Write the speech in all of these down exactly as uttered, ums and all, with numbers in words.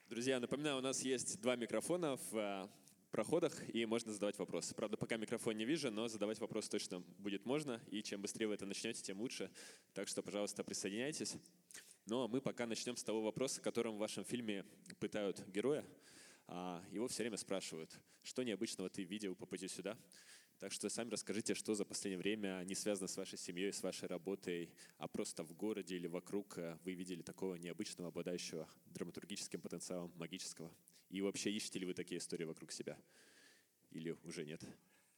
Друзья, напоминаю, у нас есть два микрофона в э, проходах, и можно задавать вопросы. Правда, пока микрофон не вижу, но задавать вопрос точно будет можно, и чем быстрее вы это начнете, тем лучше. Так что, пожалуйста, присоединяйтесь. Ну, а мы пока начнем с того вопроса, которым в вашем фильме пытают героя. А, его все время спрашивают, что необычного ты видел по пути сюда? Так что сами расскажите, что за последнее время не связано с вашей семьей, с вашей работой, а просто в городе или вокруг вы видели такого необычного, обладающего драматургическим потенциалом, магического. И вообще ищете ли вы такие истории вокруг себя? Или уже нет?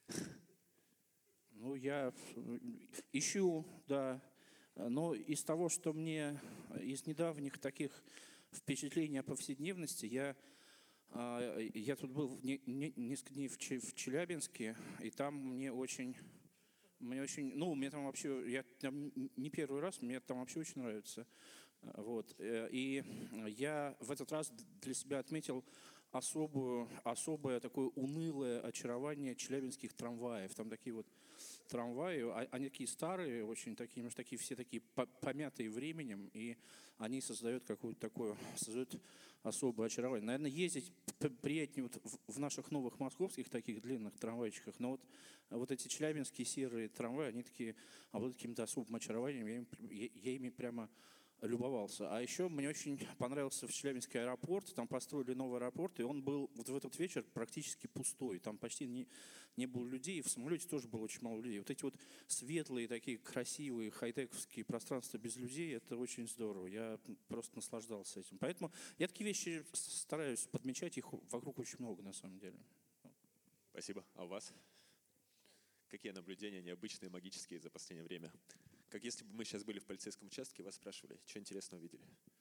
Ну, я ищу, да. Но из того, что мне, из недавних таких впечатлений о повседневности, я... Я тут был не, не, несколько дней в Челябинске, и там мне очень, мне очень, ну, мне там вообще, я там не первый раз, мне там вообще очень нравится. Вот. И я в этот раз для себя отметил особую, особое такое унылое очарование челябинских трамваев. Там такие вот трамваи, они такие старые, очень такие, может, такие все такие помятые временем, и они создают какую-то такую, создают особое очарование. Наверное, ездить приятнее вот в наших новых московских таких длинных трамвайчиках, но вот, вот эти челябинские серые трамваи, они такие обладают каким-то особым очарованием, я, им, я, я ими прямо любовался. А еще мне очень понравился в Челябинский аэропорт. Там построили новый аэропорт, и он был вот в этот вечер практически пустой. Там почти не, не было людей, и в самолете тоже было очень мало людей. Вот эти вот светлые, такие красивые, хай-тековские пространства без людей, это очень здорово. Я просто наслаждался этим. Поэтому я такие вещи стараюсь подмечать, их вокруг очень много на самом деле. Спасибо. А у вас? Какие наблюдения необычные, магические за последнее время? Как если бы мы сейчас были в полицейском участке, вас спрашивали, что интересного видели?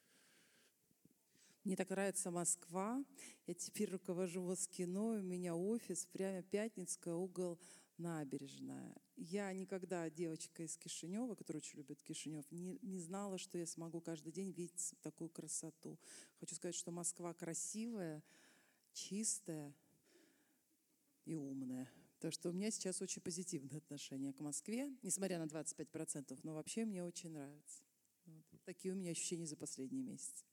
Мне так нравится Москва. Я теперь руковожу ВОЗ-кино, у меня офис, прямо Пятницкая, угол Набережная. Я никогда, девочка из Кишинева, которая очень любит Кишинев, не, не знала, что я смогу каждый день видеть такую красоту. Хочу сказать, что Москва красивая, чистая и умная. Так что у меня сейчас очень позитивное отношение к Москве, несмотря на двадцать пять процентов, но вообще мне очень нравится. Вот. Такие у меня ощущения за последние месяцы.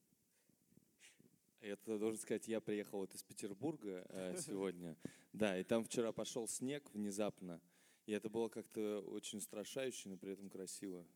Это, должен сказать, я приехал вот из Петербурга э, сегодня. Да, и там вчера пошел снег внезапно. И это было как-то очень устрашающе, но при этом красиво.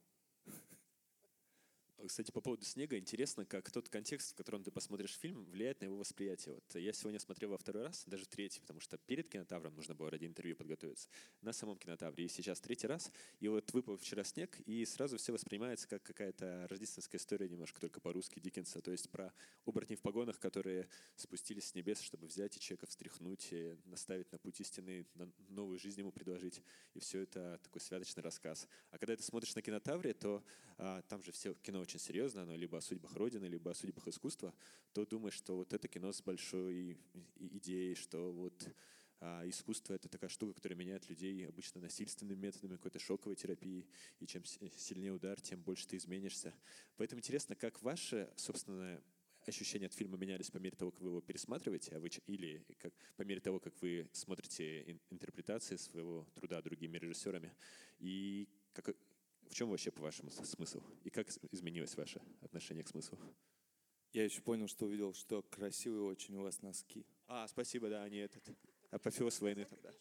Кстати, по поводу снега, интересно, как тот контекст, в котором ты посмотришь фильм, влияет на его восприятие. Вот я сегодня смотрел во второй раз, даже третий, потому что перед кинотавром нужно было ради интервью подготовиться, на самом кинотавре. И сейчас третий раз, и вот выпал вчера снег, и сразу все воспринимается как какая-то рождественская история, немножко только по-русски Диккенса, то есть про оборотней в погонах, которые спустились с небес, чтобы взять и человека встряхнуть, и наставить на путь истины, на новую жизнь ему предложить. И все это такой святочный рассказ. А когда ты смотришь на кинотавре, то а, там же все кино очень серьезно, оно либо о судьбах Родины, либо о судьбах искусства, то думаешь, что вот это кино с большой идеей, что вот а, искусство — это такая штука, которая меняет людей обычно насильственными методами, какой-то шоковой терапией, и чем сильнее удар, тем больше ты изменишься. Поэтому интересно, как ваше собственное ощущения от фильма менялись по мере того, как вы его пересматриваете, а вы, или как, по мере того, как вы смотрите интерпретации своего труда другими режиссерами, и как, в чем вообще, по-вашему, смысл? И как изменилось ваше отношение к смыслу? Я еще понял, что увидел, что красивые очень у вас носки. А, спасибо, да, они этот, апофеоз войны тогда.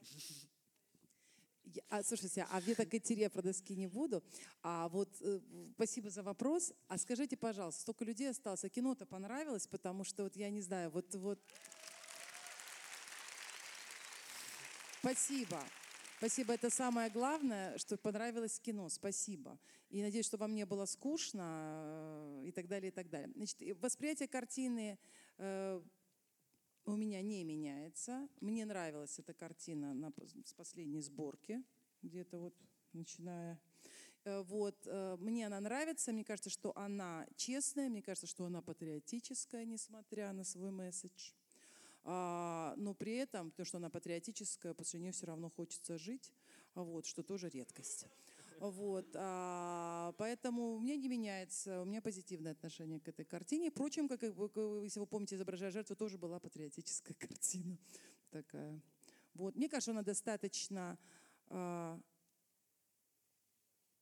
А, слушайте, а мне так интересно, я про доски не буду. А вот э, спасибо за вопрос. А скажите, пожалуйста, столько людей осталось, а кино-то понравилось? Потому что вот я не знаю, вот... вот... Спасибо. Спасибо, это самое главное, что понравилось кино. Спасибо. И надеюсь, что вам не было скучно и так далее, и так далее. Значит, восприятие картины э, у меня не меняется. Мне нравилась эта картина на, с последней сборки, где-то вот начиная. Вот, мне она нравится, мне кажется, что она честная, мне кажется, что она патриотическая, несмотря на свой месседж. А, но при этом, то, что она патриотическая, после нее все равно хочется жить, вот, что тоже редкость. Вот, а, поэтому у меня не меняется, у меня позитивное отношение к этой картине. Впрочем, как, если вы помните, «Изображая жертву», тоже была патриотическая картина такая. Вот. Мне кажется, она достаточно... А,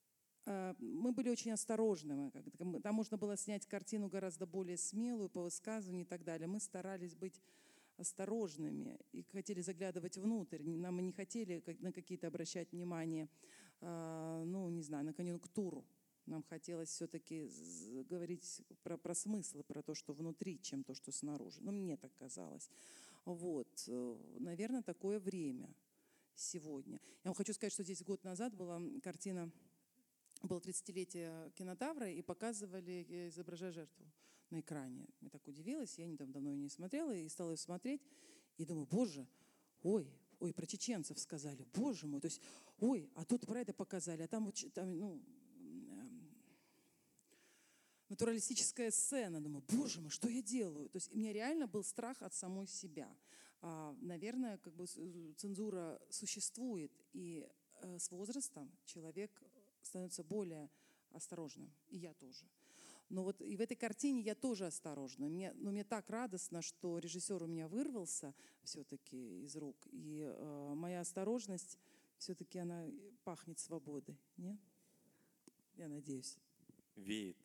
э, мы были очень осторожны. Мы как-то- мы- Там можно было снять картину гораздо более смелую по высказыванию и так далее. Мы старались быть осторожными и хотели заглядывать внутрь. Не- Нам мы не хотели как- на какие-то обращать внимание, э, ну, не знаю, на конъюнктуру. Нам хотелось все-таки говорить про, про смыслы, про то, что внутри, чем то, что снаружи. Ну, мне так казалось. Вот, э, наверное, такое время сегодня. Я вам хочу сказать, что здесь год назад была картина, было тридцатилетие кинотавра, и показывали «Я изображаю жертву» на экране. Я так удивилась, я недавно давно ее не смотрела, и стала ее смотреть, и думаю, боже, ой, ой, про чеченцев сказали, боже мой, то есть, ой, а тут про это показали, а там, вот ч- там ну, эм, натуралистическая сцена. Думаю, боже мой, что я делаю? То есть у меня реально был страх от самой себя. А, наверное, как бы с- э, цензура существует, и э, с возрастом человек становится более осторожным, и я тоже. Но вот и в этой картине я тоже осторожна. Мне, но мне так радостно, что режиссер у меня вырвался все-таки из рук, и э, моя осторожность все-таки она пахнет свободой, нет? Я надеюсь. Веет.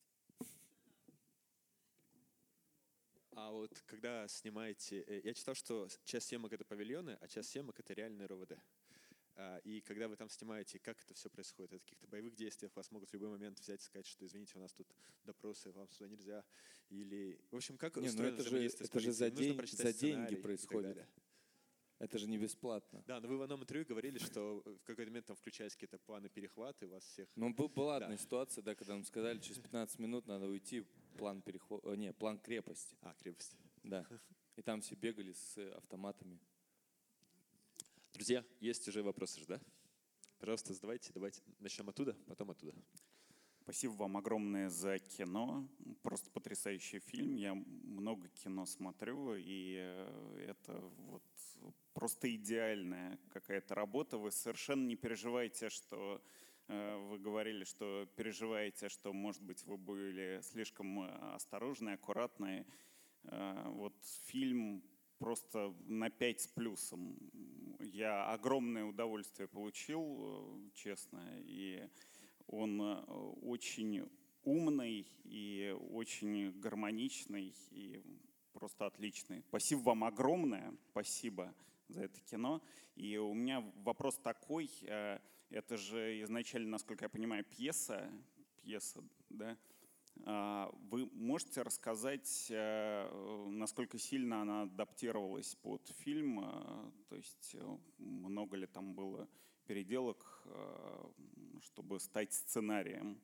А вот когда снимаете... э, Я читал, что с- часть съемок — это павильоны, а часть съемок — это реальные РОВД. А, И когда вы там снимаете, как это все происходит? Это в каких-то боевых действиях вас могут в любой момент взять и сказать, что, извините, у нас тут допросы, вам сюда нельзя. Или, в общем, как Не, ну устроено это же, взаимодействие с это же за, полицией? Нужно день, прочитать за деньги сценарий и так происходит. далее. Это же не бесплатно. Да, но вы в одном интервью говорили, что в какой-то момент там включались какие-то планы перехваты, вас всех... Ну, был- была Да. одна ситуация, да, когда нам сказали, через пятнадцать минут надо уйти, план перехвата, не, план крепости, А, крепость. да. И там все бегали с э, автоматами. Друзья, есть уже вопросы же, да? Пожалуйста, задавайте, давайте начнем оттуда, потом оттуда. Спасибо вам огромное за кино. Просто потрясающий фильм. Я много кино смотрю, и э, это вот просто идеальная какая-то работа. Вы совершенно не переживаете, что э, вы говорили, что переживаете, что, может быть, вы были слишком э, осторожны, аккуратны. Э, Вот фильм просто на пять с плюсом. Я огромное удовольствие получил, э, честно, и он э, очень умный и очень гармоничный и просто отличный. Спасибо вам огромное, спасибо за это кино. И у меня вопрос такой, э, это же изначально, насколько я понимаю, пьеса, пьеса, да? А, Вы можете рассказать, э, насколько сильно она адаптировалась под фильм, э, то есть э, много ли там было переделок, э, чтобы стать сценарием?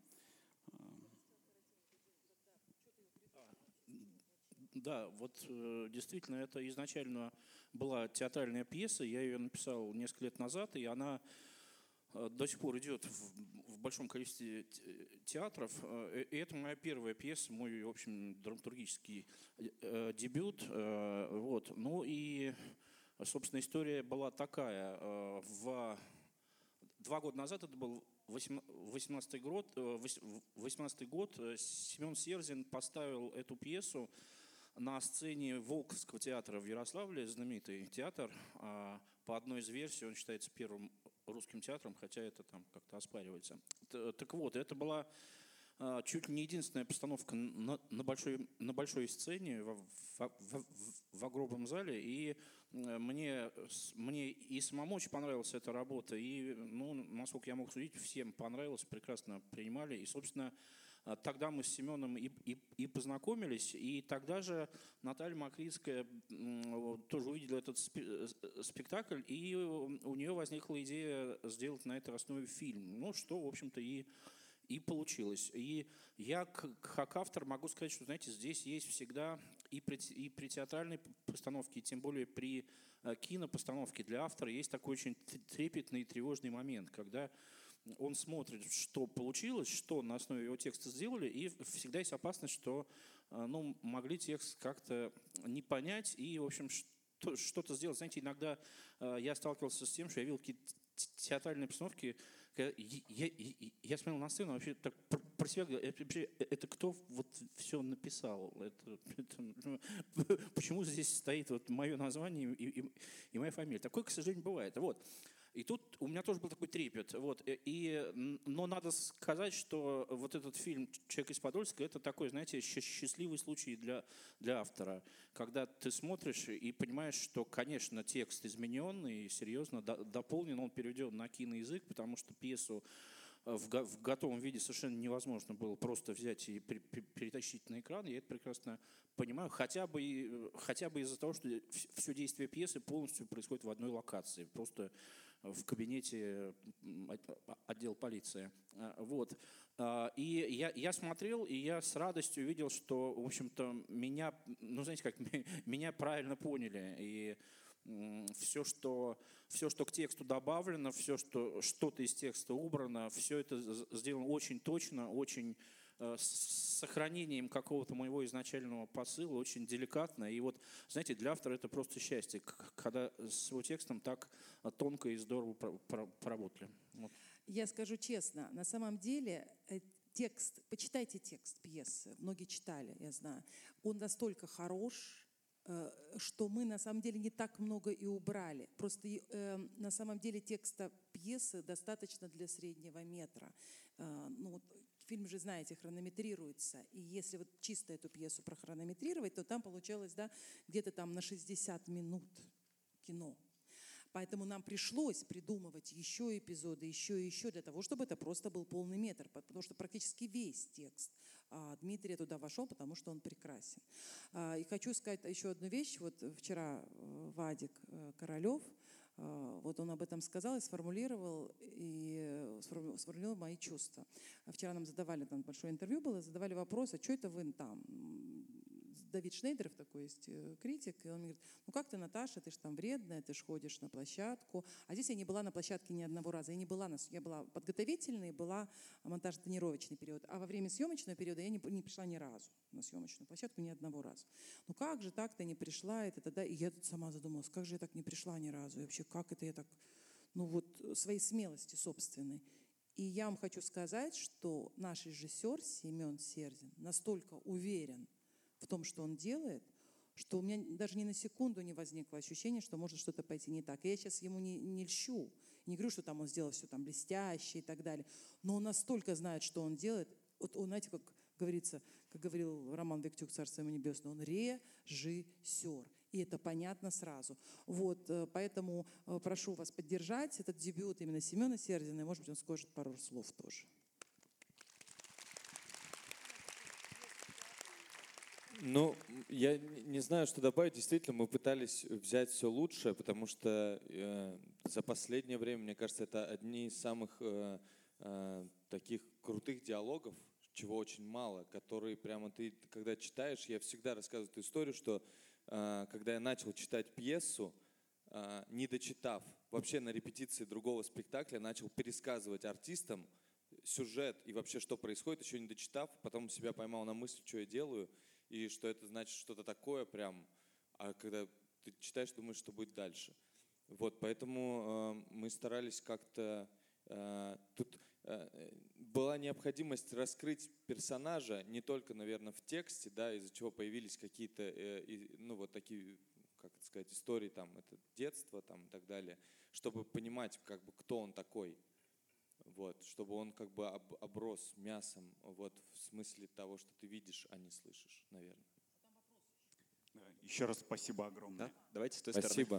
Да, вот э, действительно, это изначально была театральная пьеса, я ее написал несколько лет назад, и она э, до сих пор идет в, в большом количестве те- театров. Э, И это моя первая пьеса, мой, в общем, драматургический э, дебют. Э, Вот. Ну и, собственно, история была такая. Э, В Два года назад, это был восемнадцатый год, э, вось- восемнадцатый год, э, Семен Серзин поставил эту пьесу на сцене Волковского театра в Ярославле, знаменитый театр. А, По одной из версий он считается первым русским театром, хотя это там как-то оспаривается. Т- Так вот, это была а, чуть ли не единственная постановка на, на большой, на большой сцене в, в, в- в огромном зале. И э, мне, с- мне и самому очень понравилась эта работа. И, ну, насколько я мог судить, всем понравилось, прекрасно принимали. И, собственно, а, тогда мы с Семеном и, и, и познакомились. И тогда же Наталья Макритская м, вот, тоже увидела этот спе- э, спектакль, и у нее возникла идея сделать на этой основе фильм. Ну, что, в общем-то, и и получилось. И я, к- как автор, могу сказать, что, знаете, здесь есть всегда и при, т- и при театральной п- постановке, и тем более при э, кинопостановке для автора есть такой очень т- трепетный и тревожный момент, когда он смотрит, что получилось, что на основе его текста сделали, и всегда есть опасность, что э, ну, могли текст как-то не понять и, в общем, что- что-то сделать. Знаете, иногда э, я сталкивался с тем, что я видел какие-то т- театральные постановки, когда я, я- я- я смотрел на сцену, вообще так про про себя говорю, это, вообще- это кто вот все написал? Это, это, ну, почему здесь стоит вот мое название и, и- и моя фамилия? Такое, к сожалению, бывает. Вот. И тут у меня тоже был такой трепет. Вот. И, и, но надо сказать, что вот этот фильм «Человек из Подольска» — это такой, знаете, щ- счастливый случай для, для автора. Когда ты смотришь и понимаешь, что, конечно, текст изменен и серьезно до- дополнен, он переведен на киноязык, потому что пьесу в, го- в готовом виде совершенно невозможно было просто взять и пре- пре- перетащить на экран. Я это прекрасно понимаю. Хотя бы, и- хотя бы из-за того, что все действие пьесы полностью происходит в одной локации. Просто в кабинете м, от- отдел полиции. А, Вот. А, И я, я смотрел, и я с радостью видел, что, в общем-то, меня, ну, знаете как, меня правильно поняли. И все, что, все, что к тексту добавлено, все, что что-то из текста убрано, все это з- сделано очень точно, очень э, с сохранением какого-то моего изначального посыла, очень деликатно. И вот, знаете, для автора это просто счастье, к- когда с его текстом так э, тонко и здорово про- про- поработали. Вот. Я скажу честно, на самом деле э, текст, почитайте текст пьесы, многие читали, я знаю, он настолько хорош, э, что мы на самом деле не так много и убрали. Просто э, на самом деле текста пьесы достаточно для среднего метра. Э, ну, вот фильм же, знаете, хронометрируется, и если вот чисто эту пьесу прохронометрировать, то там получалось, да, где-то там на шестьдесят минут кино. Поэтому нам пришлось придумывать еще эпизоды, еще и еще, для того, чтобы это просто был полный метр, потому что практически весь текст а, Дмитрия туда вошел, потому что он прекрасен. А, И хочу сказать еще одну вещь. Вот вчера э, Вадик э, Королев, э, вот он об этом сказал и сформулировал, и э, сформу- сформулировал мои чувства. А Вчера нам задавали, там большое интервью было, задавали вопрос, а что это вы там? М, Давид Шнейдеров такой есть э, критик, и он мне говорит, ну как ты, Наташа, ты же там вредная, ты же ходишь на площадку. А здесь я не была на площадке ни одного раза. Я не была, на, с- я была подготовительной, была монтажно-тренировочный период. А во время съемочного периода я не, п- не пришла ни разу на съемочную площадку, ни одного раза. Ну как же так ты не пришла? Это тогда... И я тут сама задумалась, как же я так не пришла ни разу? И вообще, как это я так... Ну вот своей смелости собственной. И я вам хочу сказать, что наш режиссер Семен Сердин настолько уверен в том, что он делает, что у меня даже ни на секунду не возникло ощущения, что может что-то пойти не так. И я сейчас ему не, не льщу, не говорю, что там он сделал все там блестяще и так далее, но он настолько знает, что он делает. Вот он, знаете, как говорится, как говорил Роман Виктюк, царство ему небесное, он режиссер. И это понятно сразу. Вот, э, поэтому э, прошу вас поддержать этот дебют именно Семена Сердина, и, может быть, он скажет пару слов тоже. Ну, м, я н- не знаю, что добавить. Действительно, мы пытались взять все лучшее, потому что э, за последнее время, мне кажется, это одни из самых э, э, таких крутых диалогов, чего очень мало, которые прямо ты, когда читаешь, я всегда рассказываю эту историю, что э, когда я начал читать пьесу, э, не дочитав, вообще на репетиции другого спектакля, начал пересказывать артистам сюжет и вообще, что происходит, еще не дочитав, потом себя поймал на мысли, что я делаю, и что это значит что-то такое прям, а когда ты читаешь, думаешь, что будет дальше. Вот, поэтому э, мы старались как-то... э, тут э, была необходимость раскрыть персонажа не только, наверное, в тексте, да, из-за чего появились какие-то, э, и, ну, вот такие, как это сказать, истории, там, это детство, там, и так далее, чтобы понимать, как бы, кто он такой. Вот, чтобы он как бы об- оброс мясом, вот, в смысле того, что ты видишь, а не слышишь, наверное. Да, еще раз спасибо огромное. Да? Давайте с той стороны. Спасибо.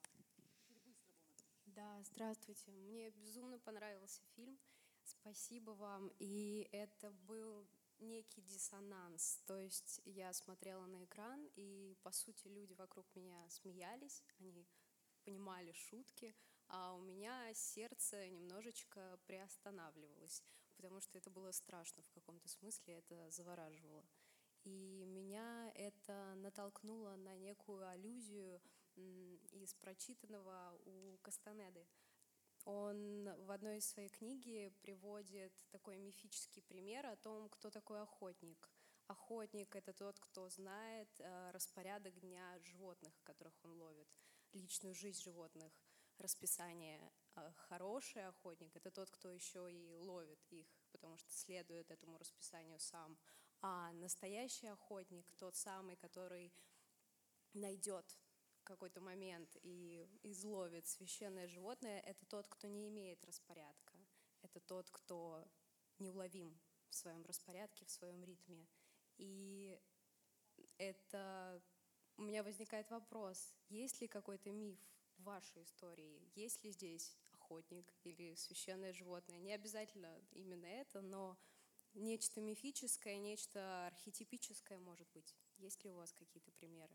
Да, здравствуйте. Мне безумно понравился фильм. Спасибо вам. И это был некий диссонанс. То есть я смотрела на экран, и, по сути, люди вокруг меня смеялись, они понимали шутки, а у меня сердце немножечко приостанавливалось, потому что это было страшно в каком-то смысле, это завораживало. И меня это натолкнуло на некую аллюзию м, из прочитанного у Кастанеды. Он в одной из своей книги приводит такой мифический пример о том, кто такой охотник. Охотник — это тот, кто знает э, распорядок дня животных, которых он ловит, личную жизнь животных, расписание. А хороший охотник — это тот, кто еще и ловит их, потому что следует этому расписанию сам. А настоящий охотник — тот самый, который найдет какой-то момент и изловит священное животное, это тот, кто не имеет распорядка. Это тот, кто неуловим в своем распорядке, в своем ритме. И это... У меня возникает вопрос, есть ли какой-то миф в вашей истории? Есть ли здесь охотник или священное животное? Не обязательно именно это, но нечто мифическое, нечто архетипическое может быть. Есть ли у вас какие-то примеры?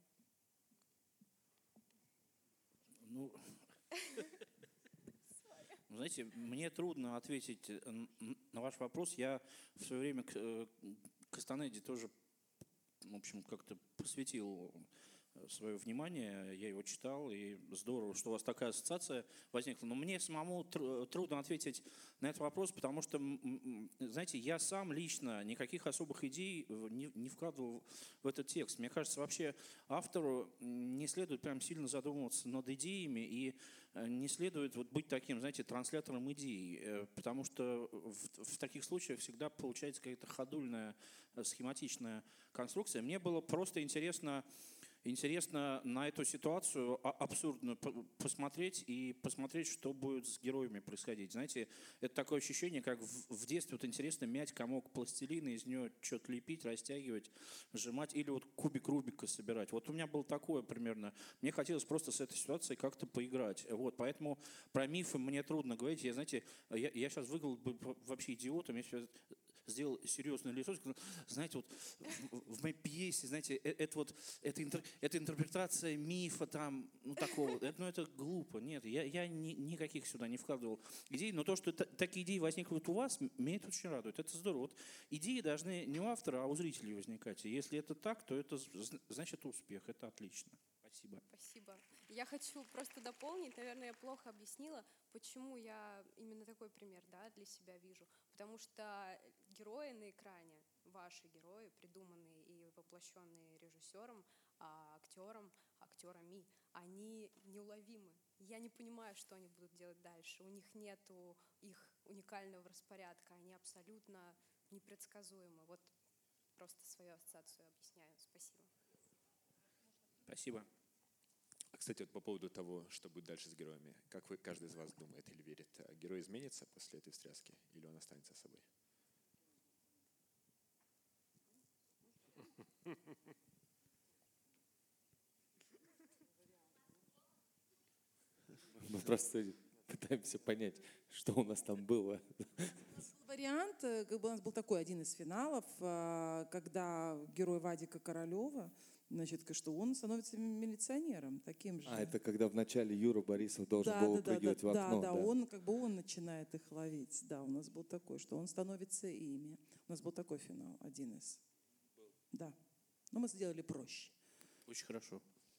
Ну, знаете, мне трудно ответить на ваш вопрос. Я в свое время к Кастанеде тоже, в общем, как-то посвятил свое внимание, я его читал, и здорово, что у вас такая ассоциация возникла. Но мне самому тр- трудно ответить на этот вопрос, потому что, знаете, я сам лично никаких особых идей не, не вкладывал в этот текст. Мне кажется, вообще автору не следует прям сильно задумываться над идеями и не следует вот быть таким, знаете, транслятором идей, потому что в, в таких случаях всегда получается какая-то ходульная, схематичная конструкция. Мне было просто интересно Интересно на эту ситуацию абсурдно посмотреть и посмотреть, что будет с героями происходить. Знаете, это такое ощущение, как в детстве вот интересно мять комок пластилина, из нее что-то лепить, растягивать, сжимать, или вот кубик Рубика собирать. Вот у меня было такое примерно. Мне хотелось просто с этой ситуацией как-то поиграть. Вот, поэтому про мифы мне трудно говорить. Я, знаете, я, я сейчас выглядел бы вообще идиотом, если сделал серьезное лицо, сказал, знаете, вот в, в моей пьесе, знаете, это вот это, интер, это интерпретация мифа там, ну такого, это, ну это глупо, нет, я, я ни, никаких сюда не вкладывал идей, но то, что та, такие идеи возникнут у вас, меня это очень радует, это здорово. Вот идеи должны не у автора, а у зрителей возникать, и если это так, то это значит успех, это отлично. Спасибо. Спасибо. Я хочу просто дополнить, наверное, я плохо объяснила, почему я именно такой пример, да, для себя вижу. Потому что герои на экране, ваши герои, придуманные и воплощенные режиссером, а, актером, актерами, они неуловимы. Я не понимаю, что они будут делать дальше. У них нету их уникального распорядка, они абсолютно непредсказуемы. Вот просто свою ассоциацию объясняю. Спасибо. Спасибо. Кстати, вот по поводу того, что будет дальше с героями. Как вы, каждый из вас думает или верит, герой изменится после этой встряски или он останется собой? Мы просто пытаемся понять, что у нас там было. Вариант, как бы у нас был такой один из финалов, когда герой Вадика Королева, значит, что он становится милиционером таким же. А, это когда вначале Юра Борисов должен да, был да, выпрыгивать да, в окно. Да, да, да, он как бы он начинает их ловить. Да, у нас был такой, что он становится ими. У нас был такой финал, один из. Да. Но мы сделали проще. Очень хорошо.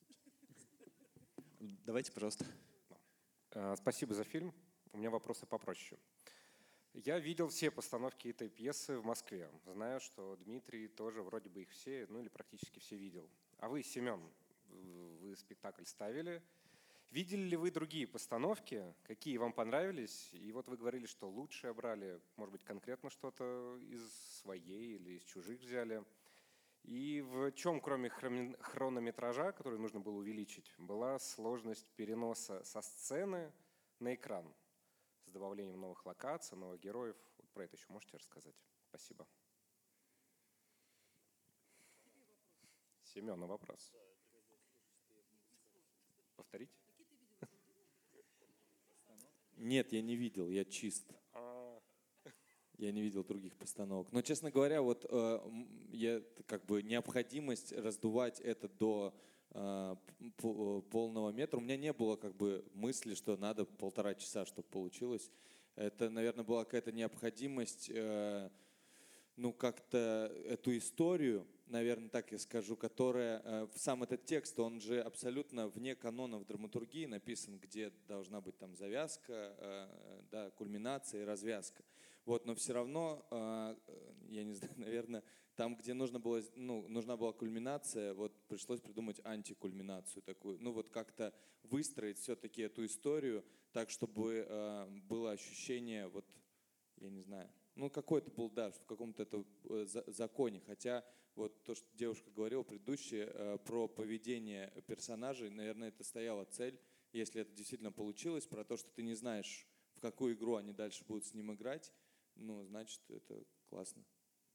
Давайте, пожалуйста. Спасибо за фильм. У меня вопросы попроще. Я видел все постановки этой пьесы в Москве. Знаю, что Дмитрий тоже вроде бы их все, ну или практически все видел. А вы, Семен, вы спектакль ставили. Видели ли вы другие постановки? Какие вам понравились? И вот вы говорили, что лучшее брали, может быть, конкретно что-то из своей или из чужих взяли. И в чем, кроме хронометража, который нужно было увеличить, была сложность переноса со сцены на экран с добавлением новых локаций, новых героев? Вот про это еще можете рассказать? Спасибо. Семен, вопрос. Повторить? Нет, я не видел, я чист. Я не видел других постановок. Но, честно говоря, вот э, я, как бы необходимость раздувать это до э, полного метра. У меня не было как бы мысли, что надо полтора часа, чтобы получилось. Это, наверное, была какая-то необходимость, э, ну, как-то эту историю, наверное, так я скажу, которая, э, сам этот текст, он же абсолютно вне канонов драматургии написан, где должна быть там завязка, э, да, кульминация и развязка. Вот, но все равно, я не знаю, наверное, там, где нужно было, ну, нужна была кульминация, вот пришлось придумать антикульминацию такую. Ну вот как-то выстроить все-таки эту историю так, чтобы было ощущение, вот, я не знаю, ну какой-то был, да, в каком-то это законе. Хотя вот то, что девушка говорила предыдущее, э, про поведение персонажей, наверное, это стояла цель, если это действительно получилось, про то, что ты не знаешь, в какую игру они дальше будут с ним играть, ну, значит, это классно.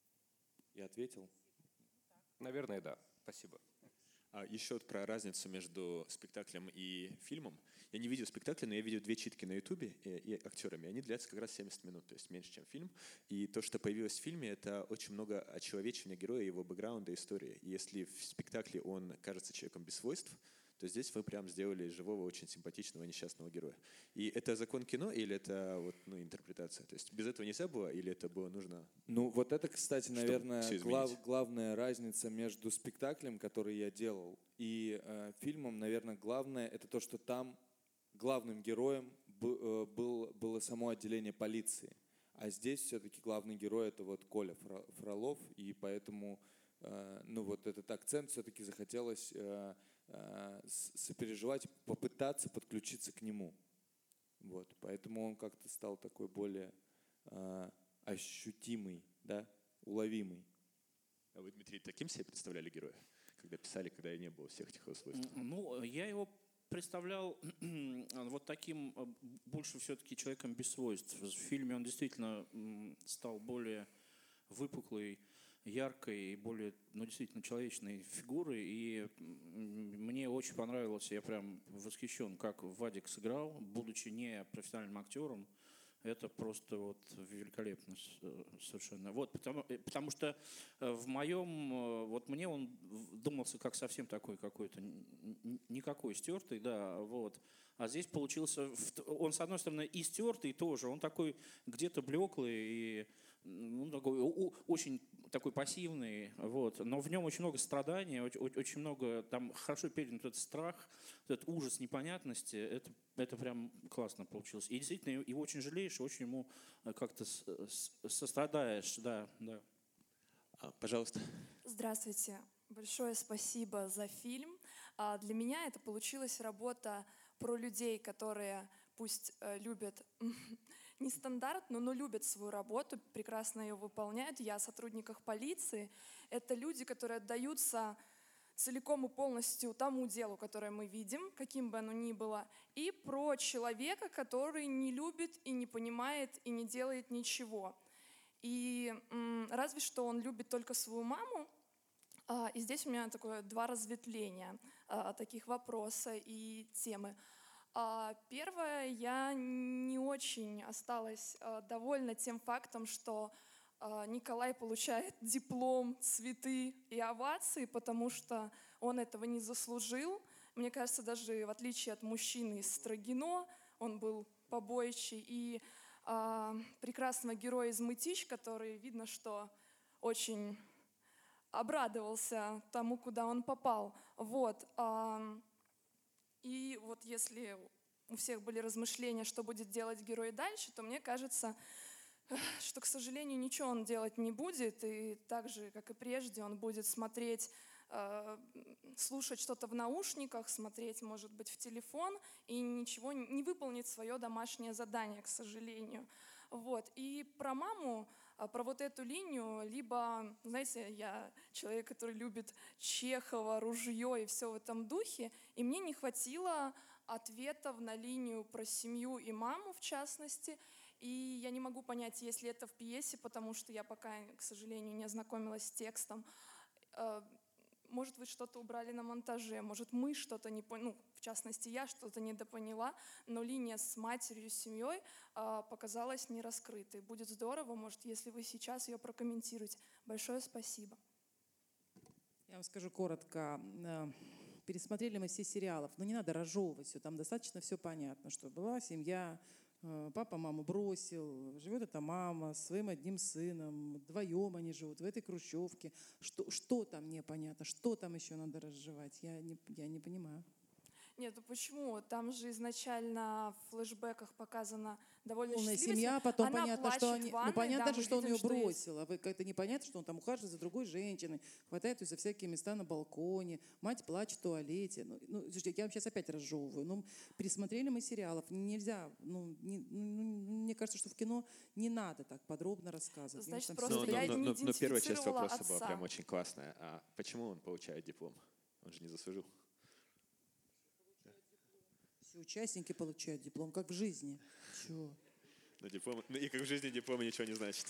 Я ответил? Наверное, да. Спасибо. А еще вот про разницу между спектаклем и фильмом. Я не видел спектакля, но я видел две читки на Ютубе и, и актерами. Они длятся как раз семьдесят минут, то есть меньше, чем фильм. И то, что появилось в фильме, это очень много очеловечивания героя, его бэкграунда, истории. И если в спектакле он кажется человеком без свойств, то здесь вы прям сделали живого, очень симпатичного, несчастного героя. И это закон кино или это вот, ну, интерпретация? То есть без этого нельзя было или это было нужно? Ну, вот это, кстати, Чтобы наверное, всё глав- изменить. главная разница между спектаклем, который я делал, и э, фильмом, наверное, главное, это то, что там главным героем б- э, был, было само отделение полиции. А здесь все-таки главный герой — это вот Коля Фро- Фролов, и поэтому, э, ну, вот этот акцент все-таки захотелось э, э, с- сопереживать, попытаться подключиться к нему. Вот, поэтому он как-то стал такой более э, ощутимый, да, уловимый. А вы, Дмитрий, таким себе представляли героя, когда писали, когда и не было всех этих его свойств? М, Ну, я его представлял вот таким, э, больше все-таки человеком без свойств. В фильме он действительно м, стал более выпуклой, яркой и более, ну, действительно человечной фигурой. И м, мне очень понравилось, я прям восхищен, как Вадик сыграл, будучи не профессиональным актером. Это просто вот великолепно с- э, совершенно. Вот, потому, э, потому что э, в моем, э, вот мне он в- думался как совсем такой какой-то, н- н- никакой стертый, да, вот. А здесь получился, в т- он с одной стороны и стертый тоже, он такой где-то блеклый и ну, такой, о- о- очень такой пассивный, вот. Но в нем очень много страданий, оч- оч- очень много, там хорошо передан этот страх, этот ужас непонятности, это, это прям классно получилось. И действительно его очень жалеешь, и очень ему э, как-то с- с- сострадаешь, да, да. А, пожалуйста. Здравствуйте. Большое спасибо за фильм. А, Для меня это получилась работа про людей, которые пусть э, любят нестандартно, но любят свою работу, прекрасно ее выполняют. Я о сотрудниках полиции. Это люди, которые отдаются целиком и полностью тому делу, которое мы видим, каким бы оно ни было, и про человека, который не любит и не понимает и не делает ничего. И м, разве что он любит только свою маму. А, И здесь у меня такое два разветвления а, таких вопроса и темы. А, Первое, я не очень осталась а, довольна тем фактом, что а, Николай получает диплом, цветы и овации, потому что он этого не заслужил. Мне кажется, даже в отличие от мужчины из Строгино, он был побоище, и а, прекрасного героя из «Мытищ», который, видно, что очень обрадовался тому, куда он попал. Вот. ам, И вот если у всех были размышления, что будет делать герой дальше, то мне кажется, что, к сожалению, ничего он делать не будет. И так же, как и прежде, он будет смотреть, э, слушать что-то в наушниках, смотреть, может быть, в телефон, и ничего не выполнит свое домашнее задание, к сожалению. Вот. И про маму, а, про вот эту линию, либо, знаете, я человек, который любит Чехова, ружье и все в этом духе, и мне не хватило ответов на линию про семью и маму, в частности, и я не могу понять, есть ли это в пьесе, потому что я пока, к сожалению, не ознакомилась с текстом. Э, Может, вы что-то убрали на монтаже, может, мы что-то не поняли, ну, в частности, я что-то недопоняла, но линия с матерью, с семьей а, показалась не раскрытой. Будет здорово, может, если вы сейчас ее прокомментируете. Большое спасибо. Я вам скажу коротко. Э, Пересмотрели мы все сериалов, но не надо разжевывать все, там достаточно все понятно, что была семья, э, папа маму бросил, живет эта мама с своим одним сыном, вдвоем они живут в этой хрущевке. Что, что там непонятно, что там еще надо разжевать, я не, я не понимаю. Нет, ну почему? Там же изначально в флешбеках показано довольно Полная счастливая семья, потом Она понятно, что плачет они, в ну ванной, понятно да, же, мы что он видим, ее что есть- бросил, а вы как-то непонятно, что он там ухаживает за другой женщиной, хватает ее за всякие места на балконе, мать плачет в туалете. Ну, ну, слушайте, я вам сейчас опять разжевываю. Ну, пересмотрели мы сериалов, нельзя, ну, не- ну, мне кажется, что в кино не надо так подробно рассказывать. Мне Значит, кажется, там просто всё я но, не но- но первая часть идентифицировала вопроса была отца. прям очень классная. А почему он получает диплом? Он же не заслужил. все участники получают диплом, как в жизни. Чё? Но диплом, ну и как в жизни диплом ничего не значит.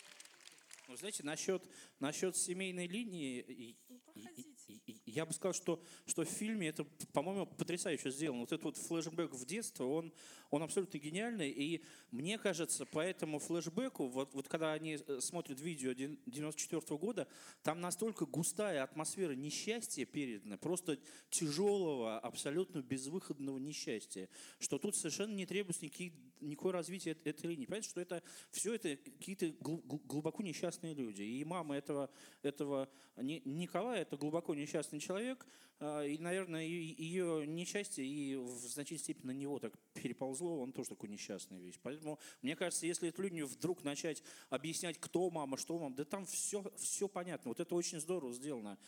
Ну, знаете, насчет, насчет семейной линии, и- Ну, и- проходите. и- и- я бы сказал, что, что в фильме это, по-моему, потрясающе сделано. Вот этот вот флешбэк в детство, он, он абсолютно гениальный. И мне кажется, по этому флешбеку, вот, вот когда они э, смотрят видео девяносто четвёртого года, там настолько густая атмосфера несчастья передана, просто тяжелого, абсолютно безвыходного несчастья, что тут совершенно не требуется никаких, никакое развитие эт- этой линии. Понимаете, что это все это какие-то гл- гл- глубоко несчастные люди. И мама этого, этого Ни- Николая, это глубоко несчастный человек, а, и, наверное, и- ее несчастье и в значительной степени на него так переползло, он тоже такой несчастный весь. Поэтому, мне кажется, если эту линию вдруг начать объяснять, кто мама, что мама, да там все, все понятно. Вот это очень здорово сделано.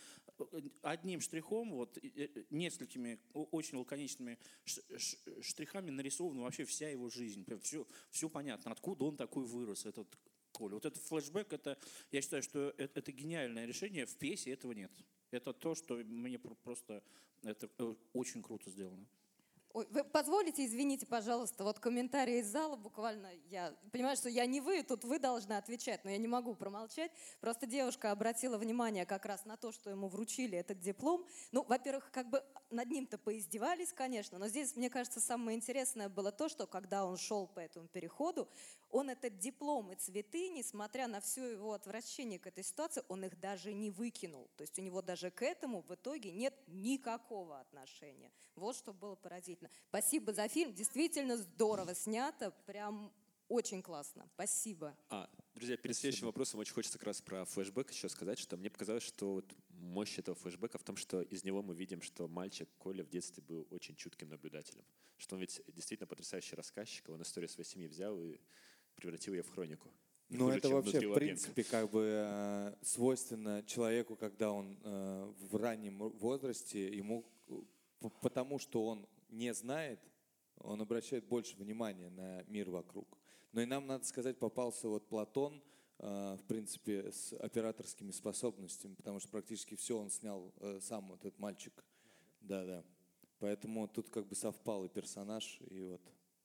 Одним штрихом, вот, и- и несколькими о- очень лаконичными ш- ш- штрихами нарисована вообще вся его жизнь. Все, все понятно, откуда он такой вырос, этот Коля. Вот этот флешбэк, это, я считаю, что это, это гениальное решение. В пьесе этого нет. Это то, что мне про- просто это э, очень круто сделано. Ой, вы позволите, извините, пожалуйста, вот комментарии из зала буквально. Я понимаю, что я не вы, тут вы должны отвечать, но я не могу промолчать. Просто девушка обратила внимание как раз на то, что ему вручили этот диплом. Ну, во-первых, как бы над ним-то поиздевались, конечно, но здесь, мне кажется, самое интересное было то, что когда он шел по этому переходу, он этот диплом и цветы, несмотря на все его отвращение к этой ситуации, он их даже не выкинул. То есть у него даже к этому в итоге нет никакого отношения. Вот что было поразительно. Спасибо за фильм. Действительно здорово снято. Прям очень классно. Спасибо. А, друзья, перед следующим вопросом очень хочется как раз про флешбэк еще сказать, что мне показалось, что вот мощь этого флешбэка в том, что из него мы видим, что мальчик Коля в детстве был очень чутким наблюдателем. Что он ведь действительно потрясающий рассказчик, он историю своей семьи взял и превратил ее в хронику. Не Ну, хуже, это чем вообще, внутри в Лапенко. принципе, как бы э, свойственно человеку, когда он э, в раннем возрасте, ему, э, п- потому что он не знает, он обращает больше внимания на мир вокруг. Но и нам, надо сказать, попался вот Платон, э, в принципе, с операторскими способностями, потому что практически все он снял э, сам, вот этот мальчик. Да-да. Поэтому тут как бы совпал и персонаж, и вот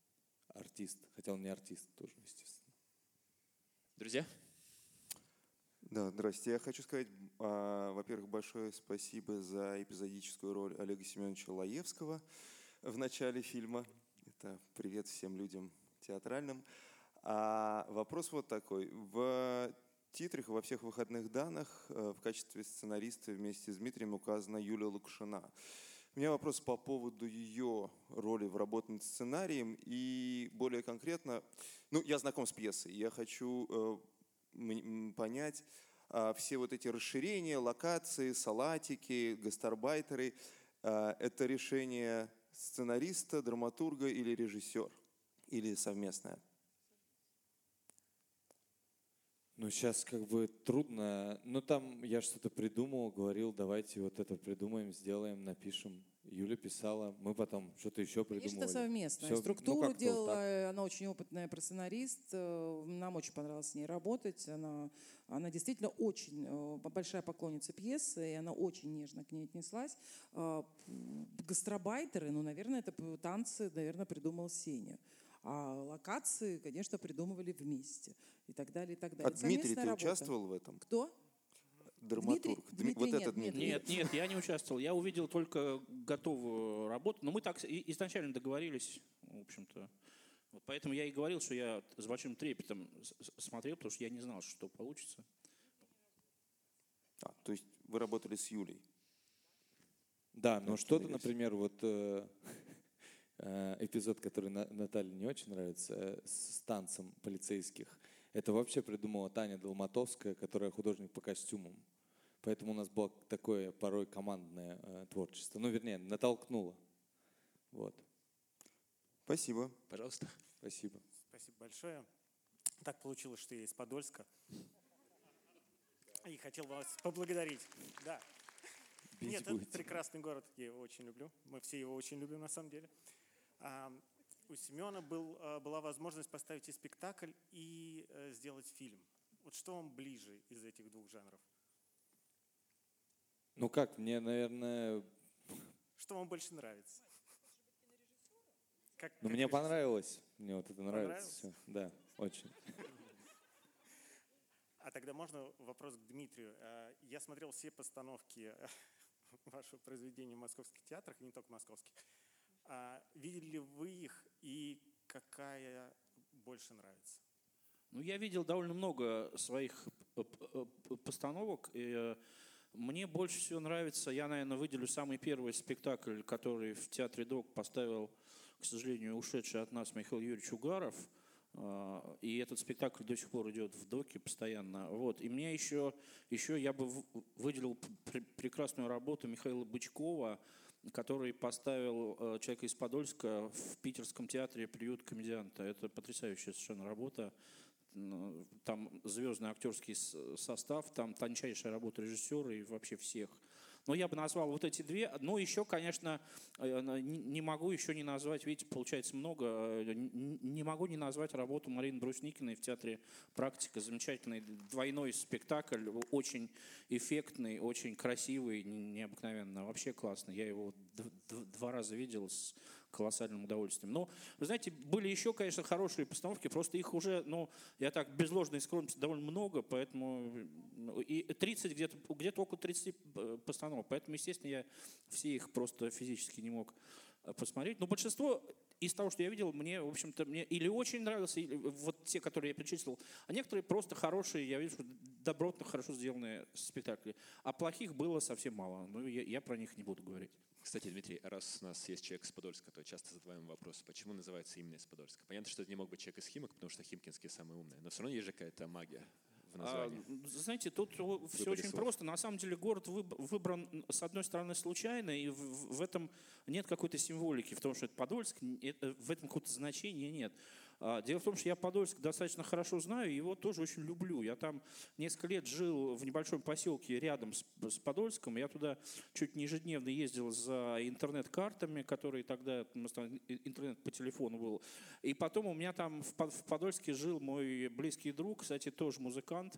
артист. Хотя он не артист тоже, естественно. Друзья, Да, здрасте. Я хочу сказать, а, во-первых, большое спасибо за эпизодическую роль Олега Семеновича Лаевского в начале фильма. Это привет всем людям театральным. А вопрос вот такой. В титрах, во всех выходных данных э, в качестве сценариста вместе с Дмитрием указана Юлия Лукшина. У меня вопрос по поводу ее роли в работе над сценарием и более конкретно, ну, я знаком с пьесой, я хочу э, м- м, понять а, все вот эти расширения, локации, салатики, гастарбайтеры, а, это решение сценариста, драматурга или режиссер, или совместное? Ну, сейчас как бы трудно. Ну, там я что-то придумал, говорил, давайте вот это придумаем, сделаем, напишем. Юля писала, мы потом что-то еще придумывали. Конечно, совместная. Всё, ну, Структуру как-то вот делала, так. э, она очень опытная сценарист. э, Нам очень понравилось с ней работать. Она, она действительно очень э, большая поклонница пьесы, и она очень нежно к ней отнеслась. А, м, Гастробайтеры, ну, наверное, это п- танцы, наверное, придумал Сеня. А локации, конечно, придумывали вместе. И так далее, и так А далее. Это Дмитрий, совместная ты работа. участвовал в этом? Кто? Драматург. Дми- Дмитрий вот нет, этот нет, Дмитрий. Нет, нет, я не участвовал. Я увидел только готовую работу. Но мы так и- изначально договорились, в общем-то. Вот поэтому я и говорил, что я с большим трепетом с- с- смотрел, потому что я не знал, что получится. А, то есть вы работали с Юлей? Да, но Так, что-то, Юлия. например, вот э, э, эпизод, который На- Наталье не очень нравится, э, с танцем полицейских, это вообще придумала Таня Долматовская, которая художник по костюмам. Поэтому у нас было такое порой командное э, творчество. Ну, вернее, натолкнуло. Вот. Спасибо. Пожалуйста. Спасибо. Спасибо большое. Так получилось, что я из Подольска. И хотел вас поблагодарить. Да. Бить Нет, будете. это прекрасный город, я его очень люблю. Мы все его очень любим на самом деле. А, у Семена был, а, была возможность поставить и спектакль, и а, сделать фильм. Вот что вам ближе из этих двух жанров? Ну как, мне, наверное... Что вам больше нравится? Как, Ну как мне режиссер? понравилось. Мне вот это нравится Понравилось? все. Да, очень. А тогда можно вопрос к Дмитрию. А, Я смотрел все постановки вашего произведения в московских театрах, и не только московских. А видели ли вы их и какая больше нравится? Ну, я видел довольно много своих э, п- э, постановок. И, э, мне больше всего нравится, я, наверное, выделю самый первый спектакль, который в Театре ДОК поставил, к сожалению, ушедший от нас Михаил Юрьевич Угаров. А, И этот спектакль до сих пор идет в ДОКе постоянно. Вот. И мне еще, еще я бы в- выделил пр- прекрасную работу Михаила Бычкова, который поставил э, человека из Подольска в Питерском театре «Приют комедианта». Это потрясающая совершенно работа. М, Там звездный актерский с- состав, там тончайшая работа режиссера и вообще всех. Но я бы назвал вот эти две. Ну, еще, конечно, э, не не могу еще не назвать, видите, получается много, э, н- не могу не назвать работу Марины Брусникиной в театре «Практика». Замечательный двойной спектакль, очень эффектный, очень красивый, не- необыкновенно. Вообще классно. Я его д- д- два раза видел с колоссальным удовольствием. Но, вы знаете, были еще, конечно, хорошие постановки, просто их уже, ну, я так, без ложной скромности, довольно много, поэтому ну, и тридцать, где-то где-то около тридцати э, постановок, поэтому, естественно, я все их просто физически не мог э, посмотреть. Но большинство из того, что я видел, мне, в общем-то, мне или очень нравилось, или вот те, которые я перечислил, а некоторые просто хорошие, я вижу, что добротно, хорошо сделанные спектакли. А плохих было совсем мало. Ну, я, я про них не буду говорить. Кстати, Дмитрий, раз у нас есть человек из Подольска, то часто задаваем вопрос, почему называется именно из Подольска? Понятно, что это не мог быть человек из Химок, потому что химкинские самые умные, но все равно есть же какая-то магия в названии. А, знаете, тут все Выборе очень слов. просто. На самом деле город выб- выбран, с одной стороны, случайно, и в, в этом нет какой-то символики, в том, что это Подольск, это- в этом какого-то значения нет. А, Дело в том, что я Подольск достаточно хорошо знаю, и его тоже очень люблю. Я там несколько лет жил в небольшом поселке рядом с, с Подольском. Я туда чуть не ежедневно ездил за интернет-картами, которые тогда, у нас там интернет по телефону был. И потом у меня там в Под- в Подольске жил мой близкий друг, кстати, тоже музыкант,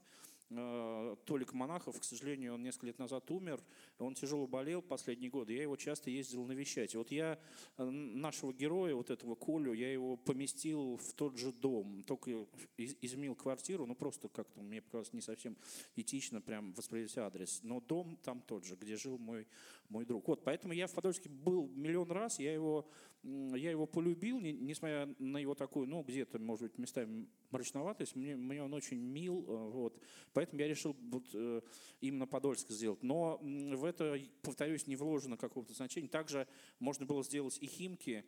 э, Толик Монахов. К сожалению, он несколько лет назад умер. Он тяжело болел последние годы. Я его часто ездил навещать. И вот я э, нашего героя, вот этого Колю, я его поместил в тот же дом. Только из- изменил квартиру. Ну, просто как-то мне показалось не совсем этично прям воспроизвести адрес. Но дом там тот же, где жил мой, мой друг. Вот, поэтому я в Подольске был миллион раз. Я его, м, я его полюбил, не- несмотря на его такую, ну, где-то, может быть, местами мрачноватость. Мне, мне он очень мил. э, Вот. Поэтому я решил вот, э, именно Подольск сделать. Но м, в это, повторюсь, не вложено какого-то значения. Также можно было сделать и Химки,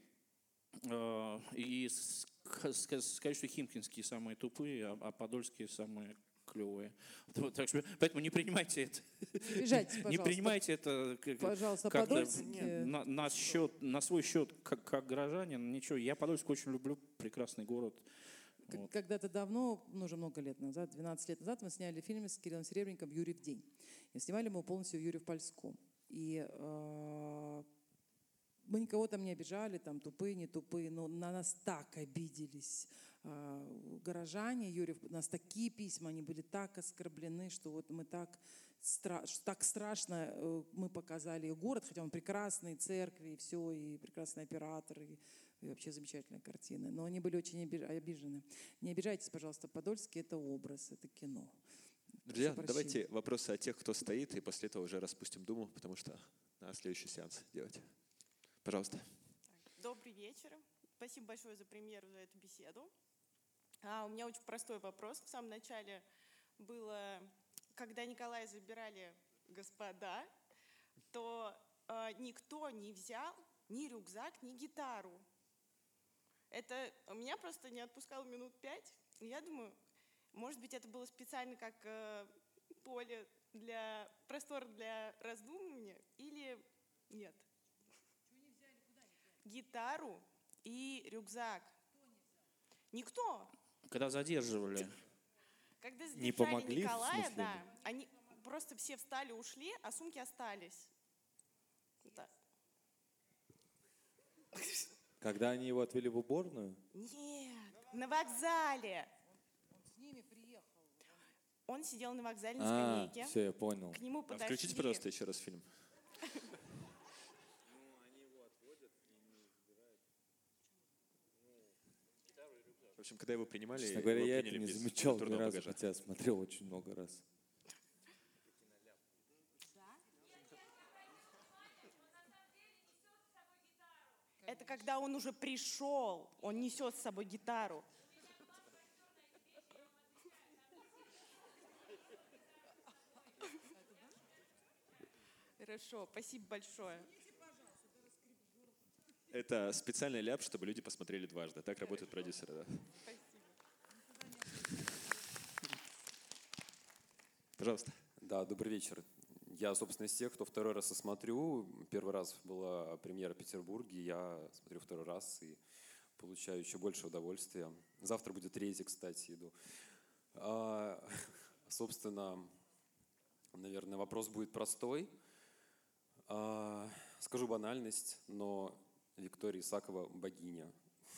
э, и с- ска- ска- сказать, что химкинские самые тупые, а, а подольские самые клевые. Вот, так что, поэтому не принимайте это. Не обижайтесь, Не пожалуйста. принимайте это как- Пожалуйста, как-то подольские. на, на счет, на свой счет, как, как горожанин. Ничего, я Подольск очень люблю, прекрасный город. К- Вот. Когда-то давно, ну уже много лет назад, двенадцать лет назад, мы сняли фильм с Кириллом Серебренником «Юрьев день». И снимали мы его полностью в Юрьев-Польском. И э, мы никого там не обижали, там тупые, не тупые, но на нас так обиделись э, горожане Юрьев. У нас такие письма, они были так оскорблены, что вот мы так, стра- что так страшно э, мы показали город, хотя он прекрасный, церкви, и все, и прекрасный оператор, и, и вообще замечательная картина. Но они были очень оби- обижены. Не обижайтесь, пожалуйста, Подольский — это образ, это кино. Друзья, Прошу давайте прощения. вопросы от тех, кто стоит, и после этого уже распустим Думу, потому что надо следующий сеанс делать. Пожалуйста. Добрый вечер. Спасибо большое за премьеру, за эту беседу. А, у меня очень простой вопрос. В самом начале было, когда Николая забирали господа, то э, никто не взял ни рюкзак, ни гитару. Это меня просто не отпускало минут пять. И я думаю, может быть, это было специально как э, поле для, простор для раздумывания или нет. гитару и рюкзак? Никто. Когда задерживали. Когда задержали Не помогли, в Николая, смысле? да, они просто все встали, ушли, а сумки остались. Да. Когда они его отвели в уборную? Нет, на вокзале. Он с ними приехал. Он сидел на вокзале на А, скамейке. все, я понял. К нему А подошли. включите, пожалуйста, еще раз фильм. В общем, когда его принимали, Честно говоря, его я это приняли не без замечал ни культурного разу, багажа. хотя смотрел очень много раз. Это когда он уже пришел, он несет с собой гитару. Хорошо, спасибо большое. Это специальный ляп, чтобы люди посмотрели дважды. Так работают продюсеры, да. Пожалуйста. Да, добрый вечер. Я, собственно, из тех, кто второй раз и смотрю. Первый раз была премьера в Петербурге, я смотрю второй раз и получаю еще больше удовольствия. Завтра будет третий, кстати, иду. А, собственно, наверное, вопрос будет простой. А, скажу банальность, но Виктория Исакова богиня.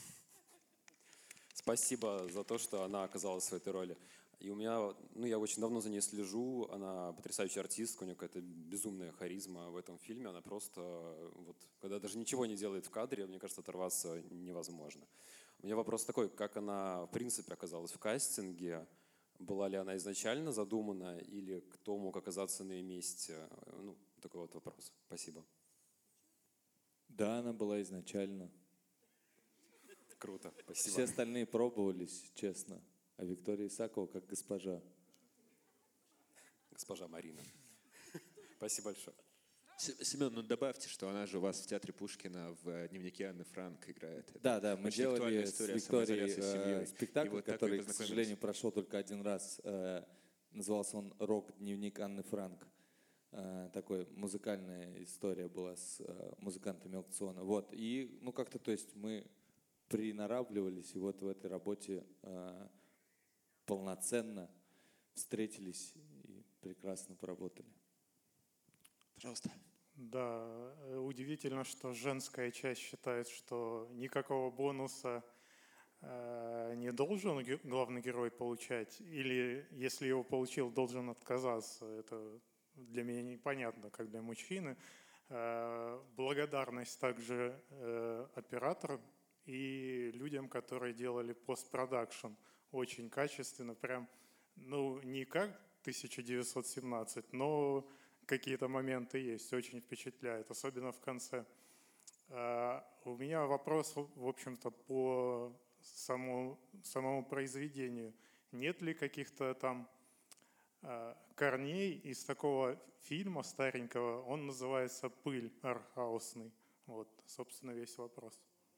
Спасибо за то, что она оказалась в этой роли. И у меня, ну, я очень давно за ней слежу, она потрясающая артистка, у нее какая-то безумная харизма в этом фильме, она просто, вот, когда даже ничего не делает в кадре, мне кажется, оторваться невозможно. У меня вопрос такой, как она, в принципе, оказалась в кастинге, была ли она изначально задумана, или кто мог оказаться на ее месте, ну, такой вот вопрос. Спасибо. Да, она была изначально. Круто, спасибо. Все остальные пробовались, честно. А Виктория Исакова как госпожа. Госпожа Марина. Спасибо большое. Семен, ну добавьте, что она же у вас в театре Пушкина в дневнике Анны Франк играет. Это Да, да, мы очень делали актуальная с история Викторией самоизоляции с семьей. э, И спектакль, вот так вы который, к познакомились. сожалению, прошел только один раз. Э, Назывался он «Рок-дневник Анны Франк». Э, Такой музыкальная история была с э, музыкантами аукциона. Вот, и, ну, как-то, то есть мы приноравливались, и вот в этой работе э, полноценно встретились и прекрасно поработали. Пожалуйста. Да, э, удивительно, что женская часть считает, что никакого бонуса э, не должен ге- главный герой получать, или если его получил, должен отказаться. Это для меня непонятно, как для мужчины. Э, благодарность также э, операторам и людям, которые делали постпродакшн очень качественно, прям, ну, не как тысяча девятьсот семнадцать, но какие-то моменты есть, очень впечатляет, особенно в конце. А, У меня вопрос, в общем-то, по самому, самому произведению. Нет ли каких-то там а, корней из такого фильма старенького? Он называется «Пыль», артхаусный. Вот, собственно, весь вопрос.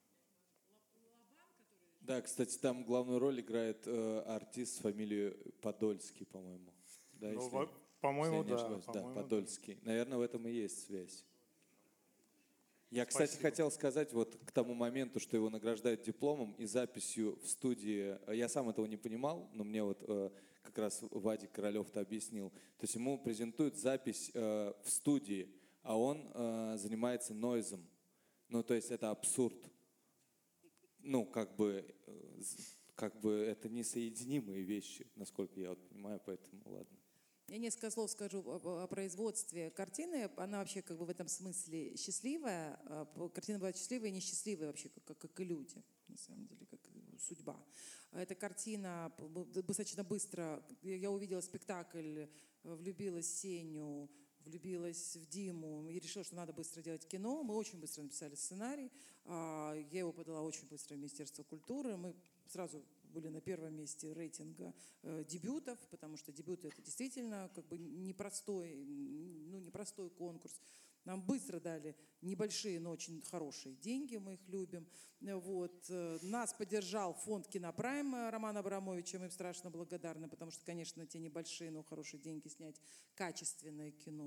Да, кстати, там главную роль играет э, артист с фамилией Подольский, по-моему. Да, Ну, если- во- по-моему, если я не да, ошибаюсь. Да, по-моему, да. Подольский. Наверное, в этом и есть связь. Я, кстати, Спасибо. хотел сказать вот к тому моменту, что его награждают дипломом и записью в студии. Я сам этого не понимал, но мне вот э, как раз Вадик Королев-то объяснил. То есть ему презентуют запись э, в студии, а он э, занимается нойзом. Ну, то есть это абсурд. Ну, как бы, э, з- как бы это несоединимые вещи, насколько я вот понимаю, поэтому ладно. Я несколько слов скажу о, о производстве картины. Она вообще как бы в этом смысле счастливая. А, по- Картина была счастливая и несчастливая вообще, как, как, как и люди, на самом деле, как и судьба. А Эта картина п- б- достаточно быстро, я я увидела спектакль, э, влюбилась в Сеню, влюбилась в Диму и решила, что надо быстро делать кино. Мы очень быстро написали сценарий. А, Я его подала очень быстро в Министерство культуры. Мы сразу были на первом месте рейтинга э, дебютов, потому что дебюты это действительно как бы непростой, м, ну, непростой конкурс. Нам быстро дали небольшие, но очень хорошие деньги, мы их любим. Э, Вот. э, Нас поддержал фонд «Кинопрайм» Романа Абрамовича, мы им страшно благодарны, потому что, конечно, те небольшие, но хорошие деньги снять качественное кино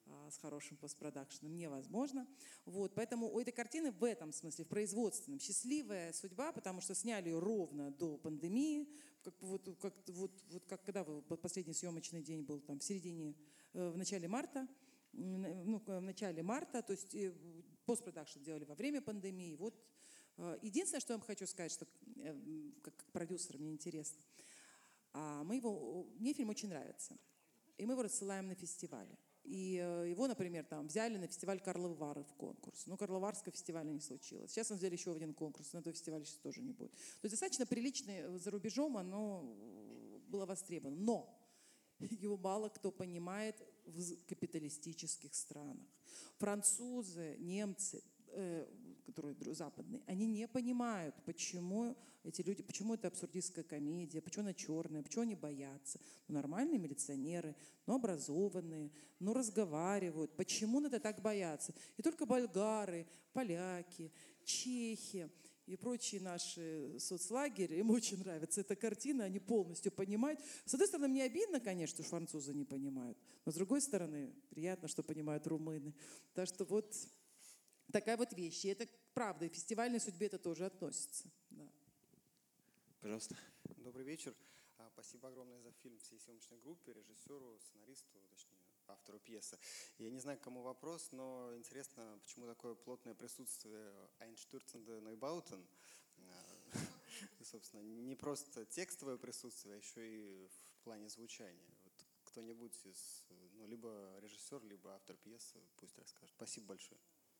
а, с хорошим постпродакшеном невозможно. Вот, поэтому у этой картины в этом смысле, в производственном, счастливая судьба, потому что сняли ее ровно до пандемии, как, вот, как, вот, вот как когда вы, последний съемочный день был там в середине, э, в начале марта, ну, в начале марта, то есть э, постпродакшн делали во время пандемии. Вот. Э, единственное, что я вам хочу сказать, что э, как, как продюсер мне интересно, а мы его, мне фильм очень нравится, и мы его рассылаем на фестивали. И э, его, например, там взяли на фестиваль Карловы Вары в конкурс. Но Карловарского фестиваля не случилось. Сейчас он взяли еще в один конкурс, но этого фестиваля сейчас тоже не будет. То есть достаточно приличный за рубежом, оно было востребовано. Но его мало кто понимает в капиталистических странах. Французы, немцы, э, которые западные, они не понимают, почему эти люди, почему это абсурдистская комедия, почему она черная, почему они боятся. Ну, нормальные милиционеры, ну, образованные, ну, разговаривают. Почему надо так бояться? И только болгары, поляки, чехи и прочие наши соцлагеря, им очень нравится эта картина, они полностью понимают. С одной стороны, мне обидно, конечно, что французы не понимают, но с другой стороны, приятно, что понимают румыны. Так что вот такая вот вещь. И это правда, и к фестивальной судьбе это тоже относится. Да. Пожалуйста. Добрый вечер. А, Спасибо огромное за фильм всей съемочной группе, режиссеру, сценаристу, точнее, автору пьесы. Я не знаю, к кому вопрос, но интересно, почему такое плотное присутствие Einstürzende Neubauten. А, Собственно, не просто текстовое присутствие, а еще и в плане звучания. Вот кто-нибудь из, ну, либо режиссер, либо автор пьесы, пусть расскажет. Спасибо большое.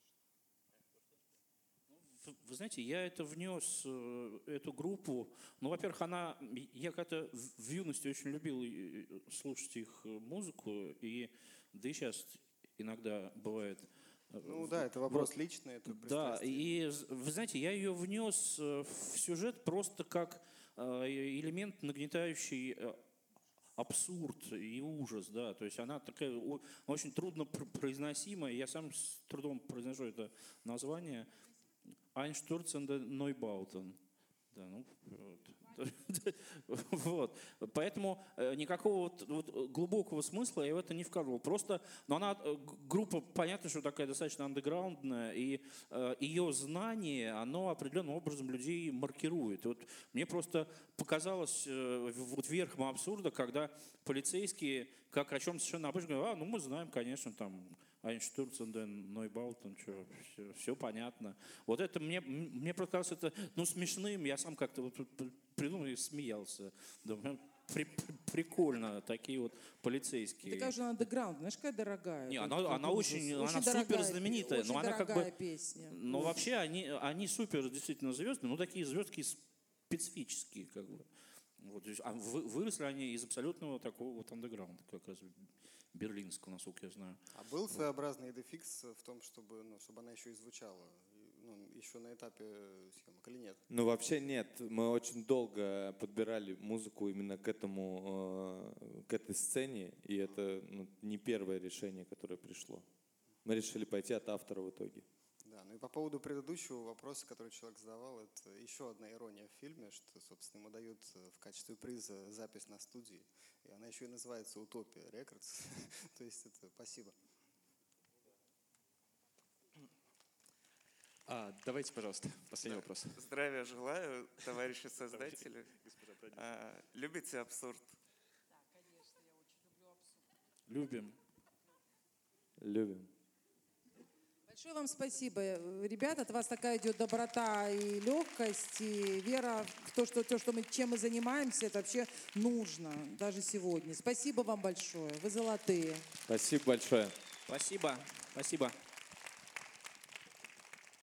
Вы знаете, я это внес, э, эту группу. Ну, во-первых, она, я как-то в юности очень любил слушать их музыку, и да и сейчас иногда бывает. Ну да, это вопрос вот, личный, это да, и вы знаете, я ее внес в сюжет просто как элемент, нагнетающий абсурд и ужас, да, то есть она такая очень трудно произносимая, я сам с трудом произношу это название. Einstürzende Neubauten. Да, ну, вот. Вот. Поэтому никакого вот, вот глубокого смысла я в это не вкладывал. Просто, но она, группа, понятно, что такая достаточно андеграундная, и э, ее знание, оно определенным образом людей маркирует. Вот мне просто показалось э, вот верхом абсурда, когда полицейские, как о чем совершенно обычно говорят, а, ну мы знаем, конечно, там, Einstürzende Neubauten, что, все, все понятно. Вот это мне, мне показалось это, ну, смешным, я сам как-то вот придумал и смеялся. Думаю, при, при, прикольно, такие вот полицейские. Такая же она андеграунд, знаешь, какая дорогая. Не, тут, она, она очень, очень она супер знаменитая, очень но она как бы, песня. но Очень. вообще они, они супер действительно звезды, но такие звездки специфические, как бы. Вот, а выросли они из абсолютного такого вот андеграунда, как раз берлинского, насколько я знаю. А был своеобразный идефикс в том, чтобы, ну, чтобы она еще и звучала, ну, еще на этапе съемок или нет? Ну, вообще нет. Мы очень долго подбирали музыку именно к этому, э, к этой сцене, и это, ну, не первое решение, которое пришло. Мы решили пойти от автора в итоге. Да, ну и по поводу предыдущего вопроса, который человек задавал, это еще одна ирония в фильме, что, собственно, ему дают в качестве приза запись на студии, и она еще и называется «Утопия Рекордс». То есть это спасибо. А, давайте, пожалуйста, последний Да. вопрос. Здравия желаю, товарищи создатели. Госпожа А, любите абсурд? Любим. Любим. Большое вам спасибо, ребята. От вас такая идет доброта и легкость, и вера в то, что, то, что мы, чем мы занимаемся, это вообще нужно, даже сегодня. Спасибо вам большое. Вы золотые. Спасибо большое. Спасибо. Спасибо.